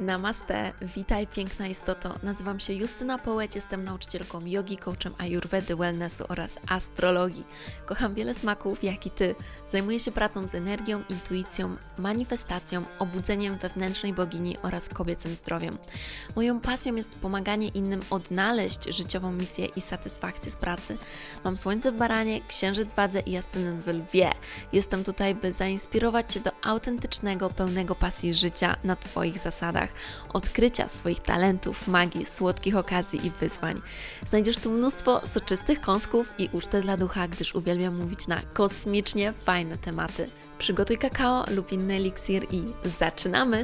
Namaste, witaj piękna istoto. Nazywam się Justyna Połeć, jestem nauczycielką jogi, coachem ayurvedy, wellnessu oraz astrologii. Kocham wiele smaków, jak i Ty. Zajmuję się pracą z energią, intuicją, manifestacją, obudzeniem wewnętrznej bogini oraz kobiecym zdrowiem. Moją pasją jest pomaganie innym odnaleźć życiową misję i satysfakcję z pracy. Mam słońce w baranie, księżyc w wadze i ascendent w lwie. Jestem tutaj, by zainspirować Cię do autentycznego, pełnego pasji życia na Twoich zasadach, odkrycia swoich talentów, magii, słodkich okazji i wyzwań. Znajdziesz tu mnóstwo soczystych kąsków i ucztę dla ducha, gdyż uwielbiam mówić na kosmicznie fajne tematy. Przygotuj kakao lub inny eliksir i zaczynamy!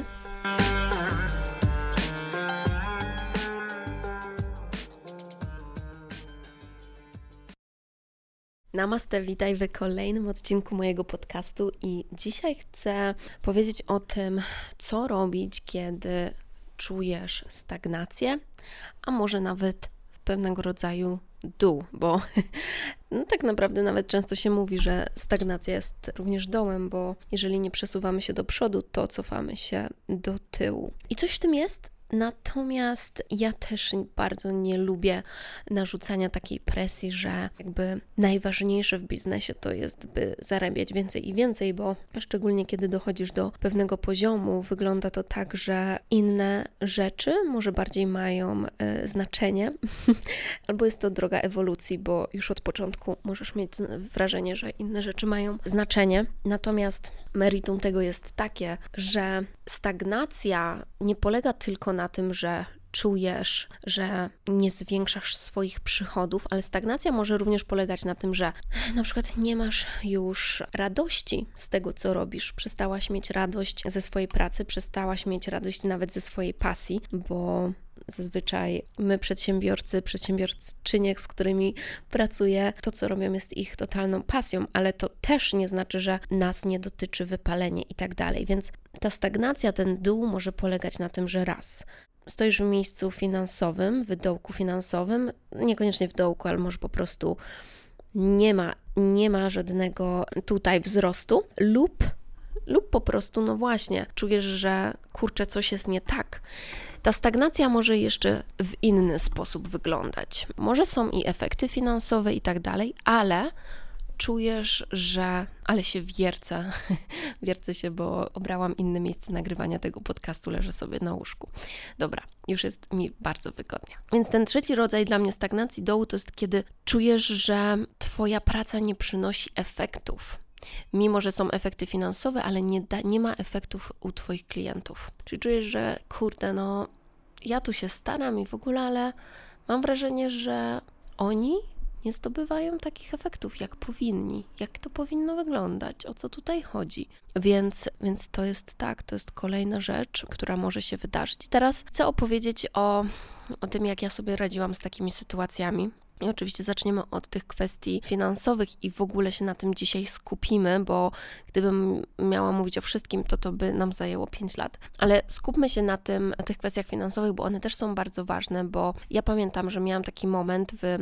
Namaste, witaj w kolejnym odcinku mojego podcastu i dzisiaj chcę powiedzieć o tym, co robić, kiedy czujesz stagnację, a może nawet w pewnego rodzaju dół, bo tak naprawdę nawet często się mówi, że stagnacja jest również dołem, bo jeżeli nie przesuwamy się do przodu, to cofamy się do tyłu. I coś w tym jest. Natomiast ja też bardzo nie lubię narzucania takiej presji, że jakby najważniejsze w biznesie to jest, by zarabiać więcej i więcej, bo szczególnie kiedy dochodzisz do pewnego poziomu, wygląda to tak, że inne rzeczy może bardziej mają znaczenie, albo jest to droga ewolucji, bo już od początku możesz mieć wrażenie, że inne rzeczy mają znaczenie. Natomiast meritum tego jest takie, że stagnacja nie polega tylko na tym, że czujesz, że nie zwiększasz swoich przychodów, ale stagnacja może również polegać na tym, że na przykład nie masz już radości z tego, co robisz. Przestałaś mieć radość ze swojej pracy, przestałaś mieć radość nawet ze swojej pasji, bo zazwyczaj my przedsiębiorczynie, z którymi pracuję, to co robią jest ich totalną pasją, ale to też nie znaczy, że nas nie dotyczy wypalenie i tak dalej, więc ta stagnacja, ten dół może polegać na tym, że raz, stoisz w miejscu finansowym, w dołku finansowym, niekoniecznie w dołku, ale może po prostu nie ma żadnego tutaj wzrostu lub po prostu, no właśnie, czujesz, że kurczę, coś jest nie tak. Ta stagnacja może jeszcze w inny sposób wyglądać. Może są i efekty finansowe i tak dalej, ale czujesz, że ale się wiercę się, bo obrałam inne miejsce nagrywania tego podcastu, leżę sobie na łóżku. Dobra, już jest mi bardzo wygodnie. Więc ten trzeci rodzaj dla mnie stagnacji dołu to jest, kiedy czujesz, że Twoja praca nie przynosi efektów. Mimo że są efekty finansowe, ale nie ma efektów u Twoich klientów. Czyli czujesz, że kurde, no ja tu się staram i w ogóle, ale mam wrażenie, że oni nie zdobywają takich efektów, jak powinni, jak to powinno wyglądać, o co tutaj chodzi. Więc to jest tak, to jest kolejna rzecz, która może się wydarzyć. I teraz chcę opowiedzieć o tym, jak ja sobie radziłam z takimi sytuacjami. I oczywiście zaczniemy od tych kwestii finansowych i w ogóle się na tym dzisiaj skupimy, bo gdybym miała mówić o wszystkim, to by nam zajęło 5 lat. Ale skupmy się na tych kwestiach finansowych, bo one też są bardzo ważne, bo ja pamiętam, że miałam taki moment w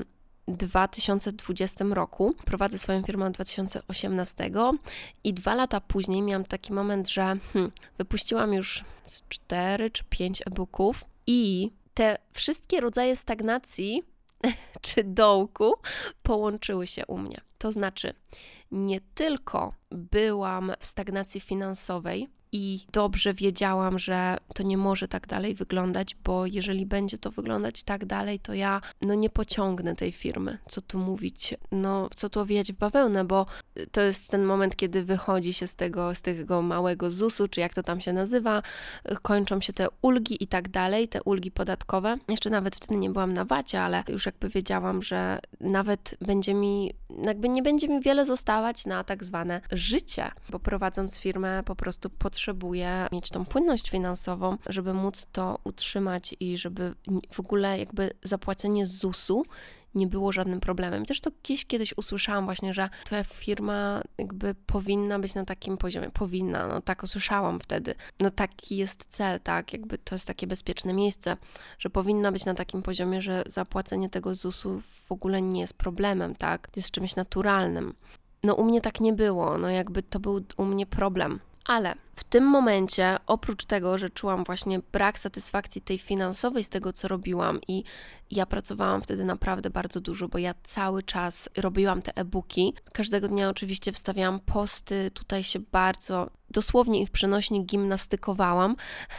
2020 roku, prowadzę swoją firmę od 2018 i 2 lata później miałam taki moment, że wypuściłam już 4 czy 5 e-booków i te wszystkie rodzaje stagnacji czy dołku połączyły się u mnie. To znaczy, nie tylko byłam w stagnacji finansowej i dobrze wiedziałam, że to nie może tak dalej wyglądać, bo jeżeli będzie to wyglądać tak dalej, to ja nie pociągnę tej firmy. Co tu mówić? Co tu owijać w bawełnę, bo to jest ten moment, kiedy wychodzi się z tego małego ZUS-u, czy jak to tam się nazywa, kończą się te ulgi i tak dalej, te ulgi podatkowe. Jeszcze nawet wtedy nie byłam na VAT-cie, ale już jakby wiedziałam, że nawet nie będzie mi wiele zostawać na tak zwane życie, bo prowadząc firmę po prostu potrzebuję mieć tą płynność finansową, żeby móc to utrzymać i żeby w ogóle jakby zapłacenie ZUS-u nie było żadnym problemem. Też to kiedyś usłyszałam właśnie, że twoja firma jakby powinna być na takim poziomie. Tak usłyszałam wtedy. Taki jest cel, tak? Jakby to jest takie bezpieczne miejsce, że powinna być na takim poziomie, że zapłacenie tego ZUS-u w ogóle nie jest problemem, tak? Jest czymś naturalnym. U mnie tak nie było, jakby to był u mnie problem. Ale w tym momencie, oprócz tego, że czułam właśnie brak satysfakcji tej finansowej z tego, co robiłam i ja pracowałam wtedy naprawdę bardzo dużo, bo ja cały czas robiłam te e-booki. Każdego dnia oczywiście wstawiałam posty, tutaj się bardzo dosłownie i w przenośni gimnastykowałam,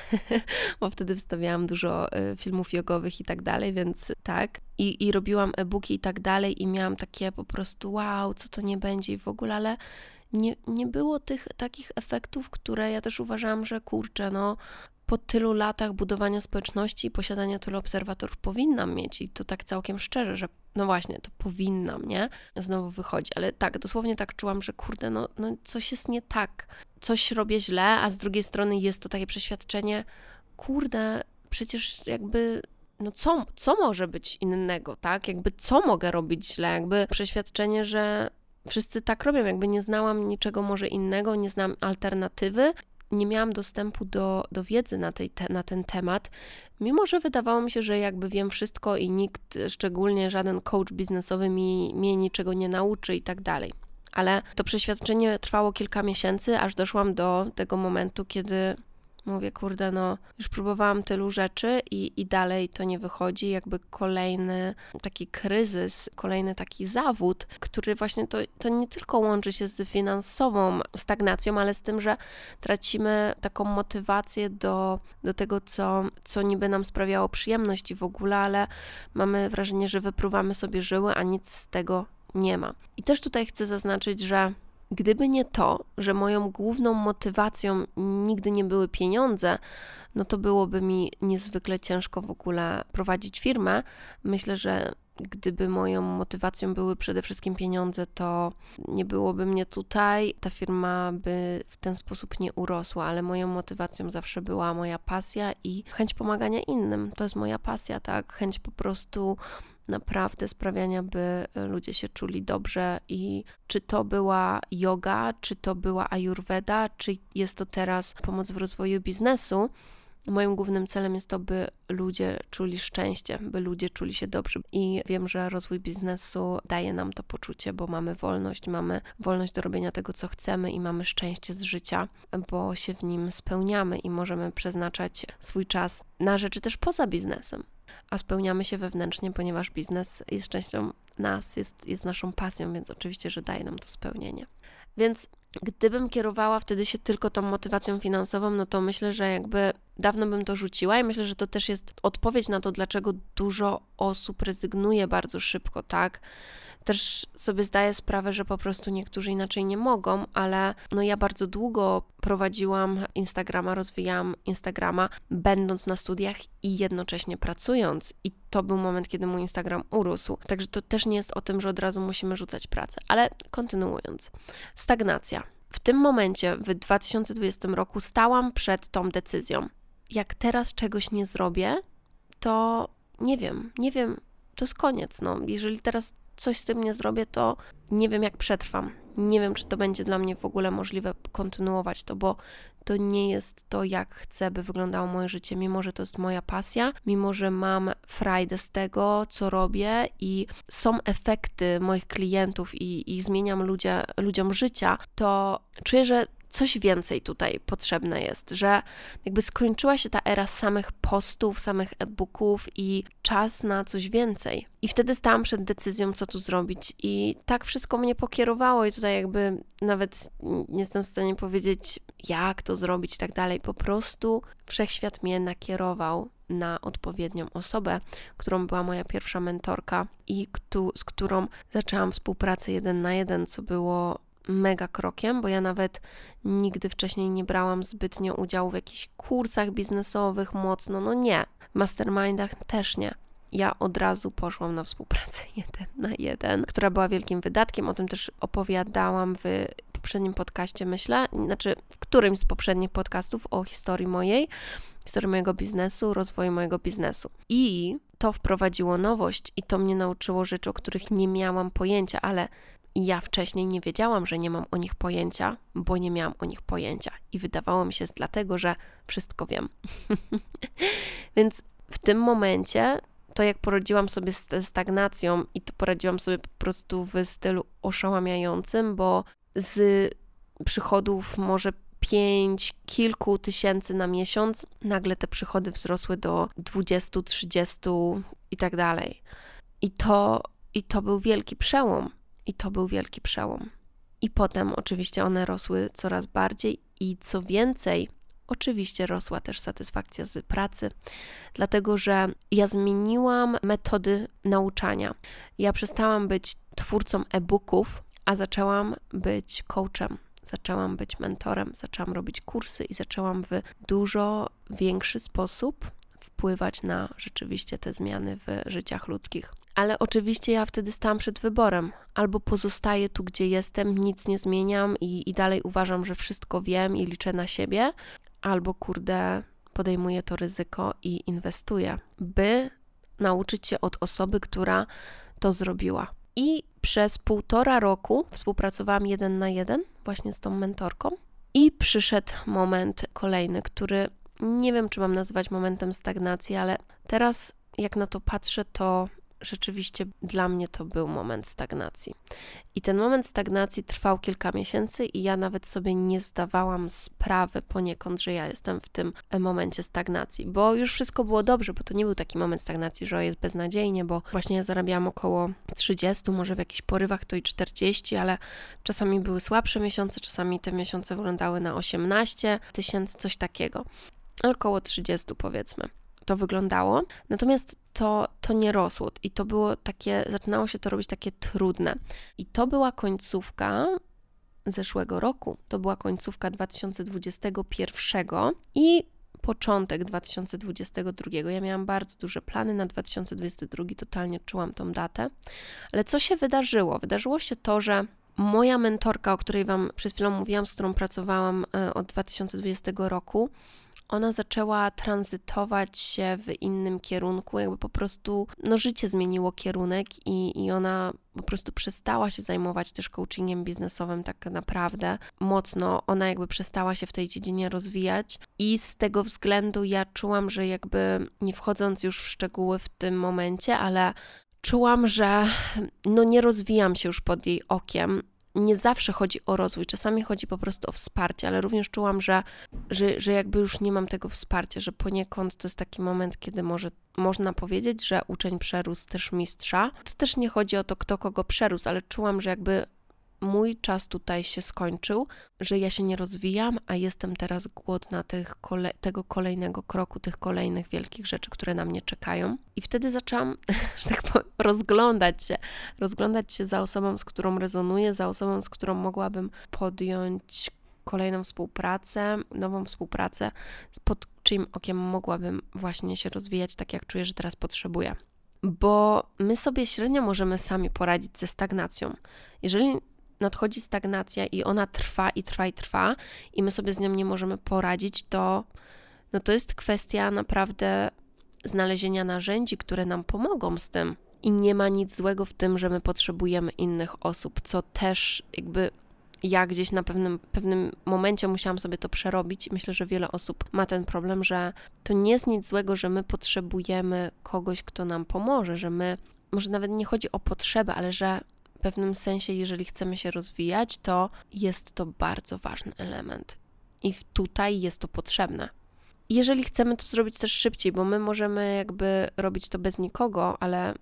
bo wtedy wstawiałam dużo filmów jogowych i tak dalej, więc tak. I robiłam e-booki i tak dalej i miałam takie po prostu wow, co to nie będzie i w ogóle, ale nie było tych takich efektów, które ja też uważałam, że kurczę, no po tylu latach budowania społeczności i posiadania tylu obserwatorów powinnam mieć i to tak całkiem szczerze, że no właśnie, to powinnam, nie? Znowu wychodzi, ale tak, dosłownie tak czułam, że kurde, no coś jest nie tak, coś robię źle, a z drugiej strony jest to takie przeświadczenie, kurde, przecież jakby no co może być innego, tak? Jakby co mogę robić źle? Jakby przeświadczenie, że wszyscy tak robią, jakby nie znałam niczego może innego, nie znam alternatywy, nie miałam dostępu do wiedzy na ten temat, mimo że wydawało mi się, że jakby wiem wszystko i nikt, szczególnie żaden coach biznesowy mnie niczego nie nauczy i tak dalej. Ale to przeświadczenie trwało kilka miesięcy, aż doszłam do tego momentu, kiedy mówię, kurde, no już próbowałam tylu rzeczy i dalej to nie wychodzi, jakby kolejny taki kryzys, kolejny taki zawód, który właśnie to nie tylko łączy się z finansową stagnacją, ale z tym, że tracimy taką motywację do tego, co niby nam sprawiało przyjemność i w ogóle, ale mamy wrażenie, że wypruwamy sobie żyły, a nic z tego nie ma. I też tutaj chcę zaznaczyć, że gdyby nie to, że moją główną motywacją nigdy nie były pieniądze, no to byłoby mi niezwykle ciężko w ogóle prowadzić firmę. Myślę, że gdyby moją motywacją były przede wszystkim pieniądze, to nie byłoby mnie tutaj, ta firma by w ten sposób nie urosła, ale moją motywacją zawsze była moja pasja i chęć pomagania innym. To jest moja pasja, tak? Chęć po prostu naprawdę sprawiania, by ludzie się czuli dobrze i czy to była yoga, czy to była ayurveda, czy jest to teraz pomoc w rozwoju biznesu, moim głównym celem jest to, by ludzie czuli szczęście, by ludzie czuli się dobrze i wiem, że rozwój biznesu daje nam to poczucie, bo mamy wolność do robienia tego, co chcemy i mamy szczęście z życia, bo się w nim spełniamy i możemy przeznaczać swój czas na rzeczy też poza biznesem. A spełniamy się wewnętrznie, ponieważ biznes jest częścią nas, jest naszą pasją, więc oczywiście, że daje nam to spełnienie. Więc gdybym kierowała wtedy się tylko tą motywacją finansową, no to myślę, że jakby dawno bym to rzuciła i myślę, że to też jest odpowiedź na to, dlaczego dużo osób rezygnuje bardzo szybko, tak? Też sobie zdaję sprawę, że po prostu niektórzy inaczej nie mogą, ale no ja bardzo długo prowadziłam Instagrama, rozwijałam Instagrama, będąc na studiach i jednocześnie pracując. I to był moment, kiedy mój Instagram urósł. Także to też nie jest o tym, że od razu musimy rzucać pracę. Ale kontynuując. Stagnacja. W tym momencie, w 2020 roku stałam przed tą decyzją. Jak teraz czegoś nie zrobię, to nie wiem, to jest koniec. No. Jeżeli teraz coś z tym nie zrobię, to nie wiem, jak przetrwam. Nie wiem, czy to będzie dla mnie w ogóle możliwe kontynuować to, bo to nie jest to, jak chcę, by wyglądało moje życie, mimo że to jest moja pasja, mimo że mam frajdę z tego, co robię i są efekty moich klientów i zmieniam ludziom życia, to czuję, że coś więcej tutaj potrzebne jest, że jakby skończyła się ta era samych postów, samych e-booków i czas na coś więcej. I wtedy stałam przed decyzją, co tu zrobić i tak wszystko mnie pokierowało i tutaj jakby nawet nie jestem w stanie powiedzieć, jak to zrobić i tak dalej. Po prostu wszechświat mnie nakierował na odpowiednią osobę, którą była moja pierwsza mentorka i z którą zaczęłam współpracę 1 na 1, co było mega krokiem, bo ja nawet nigdy wcześniej nie brałam zbytnio udziału w jakichś kursach biznesowych mocno, no nie, w mastermindach też nie. Ja od razu poszłam na współpracę 1 na 1, która była wielkim wydatkiem, o tym też opowiadałam w poprzednim podcaście, myślę, w którymś z poprzednich podcastów o historii mojego biznesu, rozwoju mojego biznesu. I to wprowadziło nowość i to mnie nauczyło rzeczy, o których nie miałam pojęcia, ale ja wcześniej nie wiedziałam, że nie mam o nich pojęcia, bo nie miałam o nich pojęcia. I wydawało mi się dlatego, że wszystko wiem. Więc w tym momencie to jak poradziłam sobie z stagnacją i to poradziłam sobie po prostu w stylu oszałamiającym, bo z przychodów może kilku tysięcy na miesiąc, nagle te przychody wzrosły do 20, 30 i tak dalej. I to był wielki przełom. I potem oczywiście one rosły coraz bardziej i co więcej, oczywiście rosła też satysfakcja z pracy, dlatego że ja zmieniłam metody nauczania. Ja przestałam być twórcą e-booków, a zaczęłam być coachem, zaczęłam być mentorem, zaczęłam robić kursy i zaczęłam w dużo większy sposób wpływać na rzeczywiście te zmiany w życiach ludzkich. Ale oczywiście ja wtedy stałam przed wyborem. Albo pozostaję tu, gdzie jestem, nic nie zmieniam i dalej uważam, że wszystko wiem i liczę na siebie, albo podejmuję to ryzyko i inwestuję, by nauczyć się od osoby, która to zrobiła. I przez 1,5 roku współpracowałam 1 na 1 właśnie z tą mentorką i przyszedł moment kolejny, który nie wiem, czy mam nazywać momentem stagnacji, ale teraz jak na to patrzę, to rzeczywiście dla mnie to był moment stagnacji. I ten moment stagnacji trwał kilka miesięcy i ja nawet sobie nie zdawałam sprawy poniekąd, że ja jestem w tym momencie stagnacji, bo już wszystko było dobrze, bo to nie był taki moment stagnacji, że jest beznadziejnie, bo właśnie ja zarabiałam około 30, może w jakichś porywach to i 40, ale czasami były słabsze miesiące, czasami te miesiące wyglądały na 18 tysięcy, coś takiego. Około 30 powiedzmy. To wyglądało, natomiast to nie rosło i to było takie, zaczynało się to robić takie trudne. I to była końcówka zeszłego roku, to była końcówka 2021 i początek 2022. Ja miałam bardzo duże plany na 2022, totalnie czułam tą datę, ale co się wydarzyło? Wydarzyło się to, że moja mentorka, o której Wam przed chwilą mówiłam, z którą pracowałam od 2020 roku, ona zaczęła tranzytować się w innym kierunku, jakby po prostu, życie zmieniło kierunek i ona po prostu przestała się zajmować też coachingiem biznesowym tak naprawdę mocno. Ona jakby przestała się w tej dziedzinie rozwijać i z tego względu ja czułam, że jakby nie wchodząc już w szczegóły w tym momencie, ale czułam, że nie rozwijam się już pod jej okiem. Nie zawsze chodzi o rozwój, czasami chodzi po prostu o wsparcie, ale również czułam, że jakby już nie mam tego wsparcia, że poniekąd to jest taki moment, kiedy można powiedzieć, że uczeń przerósł też mistrza. To też nie chodzi o to, kto kogo przerósł, ale czułam, że jakby mój czas tutaj się skończył, że ja się nie rozwijam, a jestem teraz głodna tego kolejnego kroku, tych kolejnych wielkich rzeczy, które na mnie czekają. I wtedy zaczęłam, że tak powiem, rozglądać się za osobą, z którą rezonuję, za osobą, z którą mogłabym podjąć kolejną współpracę, nową współpracę, pod czyim okiem mogłabym właśnie się rozwijać tak, jak czuję, że teraz potrzebuję. Bo my sobie średnio możemy sami poradzić ze stagnacją. Jeżeli nadchodzi stagnacja i ona trwa i my sobie z nią nie możemy poradzić, to jest kwestia naprawdę znalezienia narzędzi, które nam pomogą z tym. I nie ma nic złego w tym, że my potrzebujemy innych osób, co też jakby ja gdzieś na pewnym momencie musiałam sobie to przerobić i myślę, że wiele osób ma ten problem, że to nie jest nic złego, że my potrzebujemy kogoś, kto nam pomoże, że może nawet nie chodzi o potrzebę, ale że w pewnym sensie, jeżeli chcemy się rozwijać, to jest to bardzo ważny element i tutaj jest to potrzebne. Jeżeli chcemy to zrobić też szybciej, bo my możemy jakby robić to bez nikogo, ale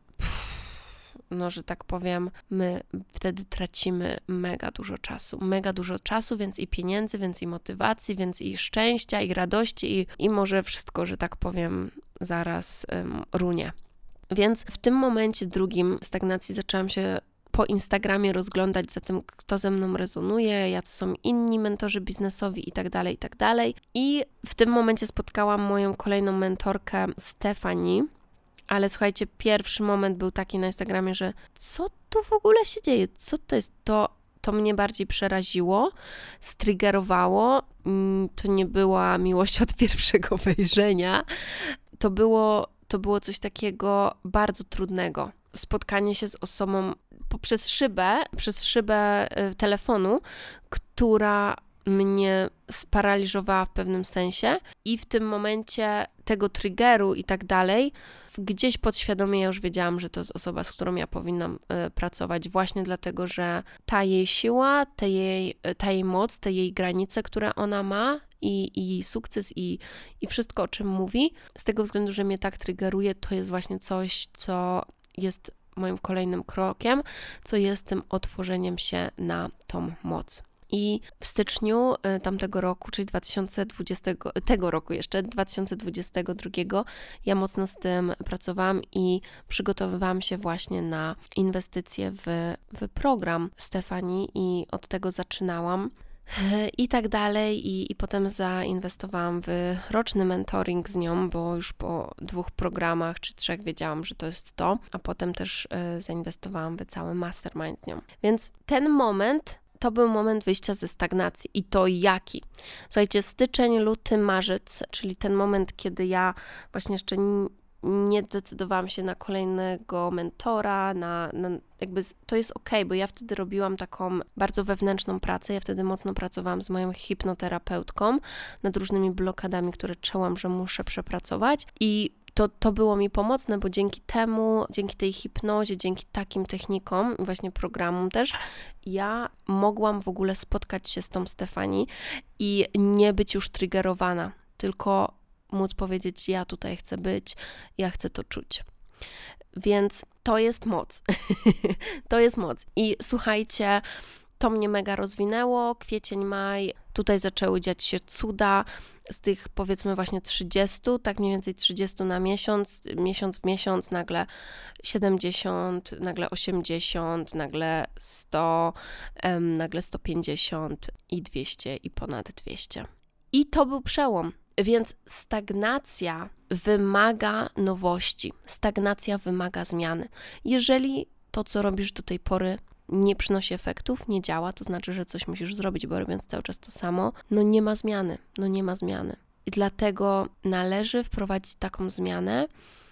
że tak powiem, my wtedy tracimy mega dużo czasu, więc i pieniędzy, więc i motywacji, więc i szczęścia, i radości, i może wszystko, że tak powiem, zaraz runie. Więc w tym momencie drugim stagnacji zaczęłam się po Instagramie rozglądać za tym, kto ze mną rezonuje, jacy są inni mentorzy biznesowi i tak dalej. I w tym momencie spotkałam moją kolejną mentorkę Stefani, ale słuchajcie, pierwszy moment był taki na Instagramie, że co tu w ogóle się dzieje? Co to jest? To mnie bardziej przeraziło, striggerowało. To nie była miłość od pierwszego wejrzenia. To było coś takiego bardzo trudnego. Spotkanie się z osobą przez szybę telefonu, która mnie sparaliżowała w pewnym sensie i w tym momencie tego triggeru i tak dalej, gdzieś podświadomie ja już wiedziałam, że to jest osoba, z którą ja powinnam pracować właśnie dlatego, że ta jej siła, ta jej moc, te jej granice, które ona ma i sukces i wszystko, o czym mówi, z tego względu, że mnie tak triggeruje, to jest właśnie coś, co jest moim kolejnym krokiem, co jest tym otworzeniem się na tą moc. I w styczniu tamtego roku, czyli 2022, ja mocno z tym pracowałam i przygotowywałam się właśnie na inwestycje w program Stefanii i od tego zaczynałam. I tak dalej i potem zainwestowałam w roczny mentoring z nią, bo już po 2 programach czy 3 wiedziałam, że to jest to, a potem też zainwestowałam w cały mastermind z nią. Więc ten moment to był moment wyjścia ze stagnacji i to jaki? Słuchajcie, styczeń, luty, marzec, czyli ten moment, kiedy ja właśnie jeszcze nie decydowałam się na kolejnego mentora, jakby to jest okej, bo ja wtedy robiłam taką bardzo wewnętrzną pracę, ja wtedy mocno pracowałam z moją hipnoterapeutką nad różnymi blokadami, które czułam, że muszę przepracować i to było mi pomocne, bo dzięki temu, dzięki tej hipnozie, dzięki takim technikom, właśnie programom też, ja mogłam w ogóle spotkać się z tą Stefanii i nie być już triggerowana, tylko móc powiedzieć, ja tutaj chcę być, ja chcę to czuć. Więc to jest moc. To jest moc. I słuchajcie, to mnie mega rozwinęło, kwiecień, maj, tutaj zaczęły dziać się cuda, z tych powiedzmy właśnie 30, tak mniej więcej 30 na miesiąc w miesiąc, nagle 70, nagle 80, nagle 100, nagle 150 i 200 i ponad 200. I to był przełom. Więc stagnacja wymaga nowości, stagnacja wymaga zmiany. Jeżeli to, co robisz do tej pory, nie przynosi efektów, nie działa, to znaczy, że coś musisz zrobić, bo robiąc cały czas to samo, nie ma zmiany. I dlatego należy wprowadzić taką zmianę,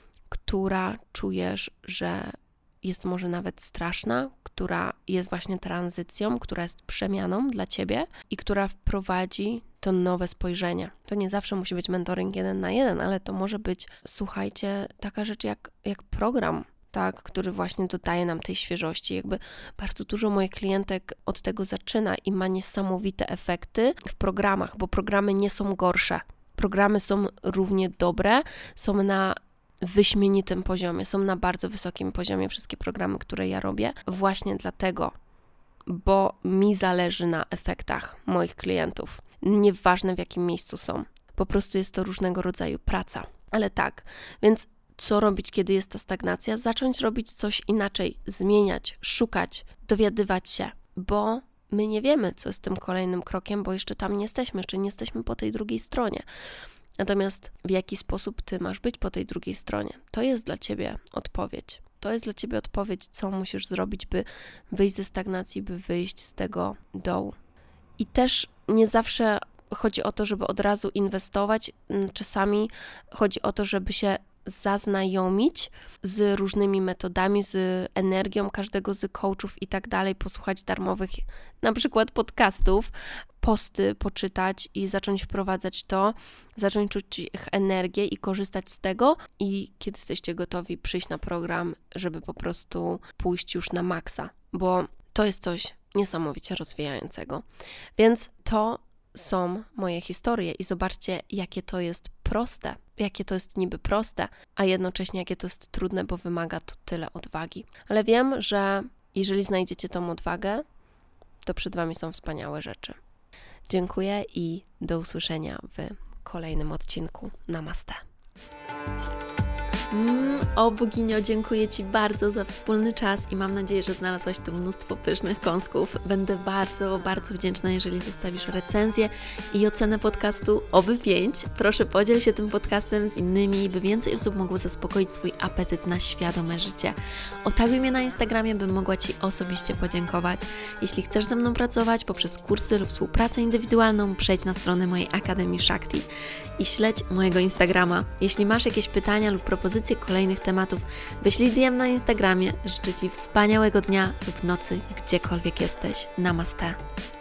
która czujesz, że jest może nawet straszna, która jest właśnie tranzycją, która jest przemianą dla Ciebie i która wprowadzi to nowe spojrzenie. To nie zawsze musi być mentoring 1 na 1, ale to może być, słuchajcie, taka rzecz jak program, tak, który właśnie dodaje nam tej świeżości. Jakby bardzo dużo moich klientek od tego zaczyna i ma niesamowite efekty w programach, bo programy nie są gorsze. Programy są równie dobre, są na wyśmienitym poziomie, są na bardzo wysokim poziomie wszystkie programy, które ja robię. Właśnie dlatego, bo mi zależy na efektach moich klientów. Nieważne w jakim miejscu są. Po prostu jest to różnego rodzaju praca. Ale tak, więc co robić, kiedy jest ta stagnacja? Zacząć robić coś inaczej, zmieniać, szukać, dowiadywać się, bo my nie wiemy, co jest tym kolejnym krokiem, bo jeszcze tam nie jesteśmy, jeszcze nie jesteśmy po tej drugiej stronie. Natomiast w jaki sposób Ty masz być po tej drugiej stronie? To jest dla Ciebie odpowiedź. To jest dla Ciebie odpowiedź, co musisz zrobić, by wyjść ze stagnacji, by wyjść z tego dołu. I też nie zawsze chodzi o to, żeby od razu inwestować. Czasami chodzi o to, żeby się zaznajomić z różnymi metodami, z energią każdego z coachów i tak dalej, posłuchać darmowych na przykład podcastów, posty poczytać i zacząć wprowadzać to, zacząć czuć ich energię i korzystać z tego i kiedy jesteście gotowi przyjść na program, żeby po prostu pójść już na maksa, bo to jest coś niesamowicie rozwijającego. Więc to są moje historie i zobaczcie, jakie to jest proste, jakie to jest niby proste, a jednocześnie jakie to jest trudne, bo wymaga to tyle odwagi. Ale wiem, że jeżeli znajdziecie tą odwagę, to przed Wami są wspaniałe rzeczy. Dziękuję i do usłyszenia w kolejnym odcinku. Namaste. O boginio, dziękuję Ci bardzo za wspólny czas i mam nadzieję, że znalazłaś tu mnóstwo pysznych kąsków. Będę bardzo, bardzo wdzięczna, jeżeli zostawisz recenzję i ocenę podcastu oby 5. Proszę, podziel się tym podcastem z innymi, by więcej osób mogło zaspokoić swój apetyt na świadome życie. Otaguj mnie na Instagramie, bym mogła Ci osobiście podziękować. Jeśli chcesz ze mną pracować poprzez kursy lub współpracę indywidualną, przejdź na stronę mojej Akademii Shakti i śledź mojego Instagrama. Jeśli masz jakieś pytania lub propozycje kolejnych tematów, wyślij DM na Instagramie. Życzę Ci wspaniałego dnia lub nocy, gdziekolwiek jesteś. Namaste.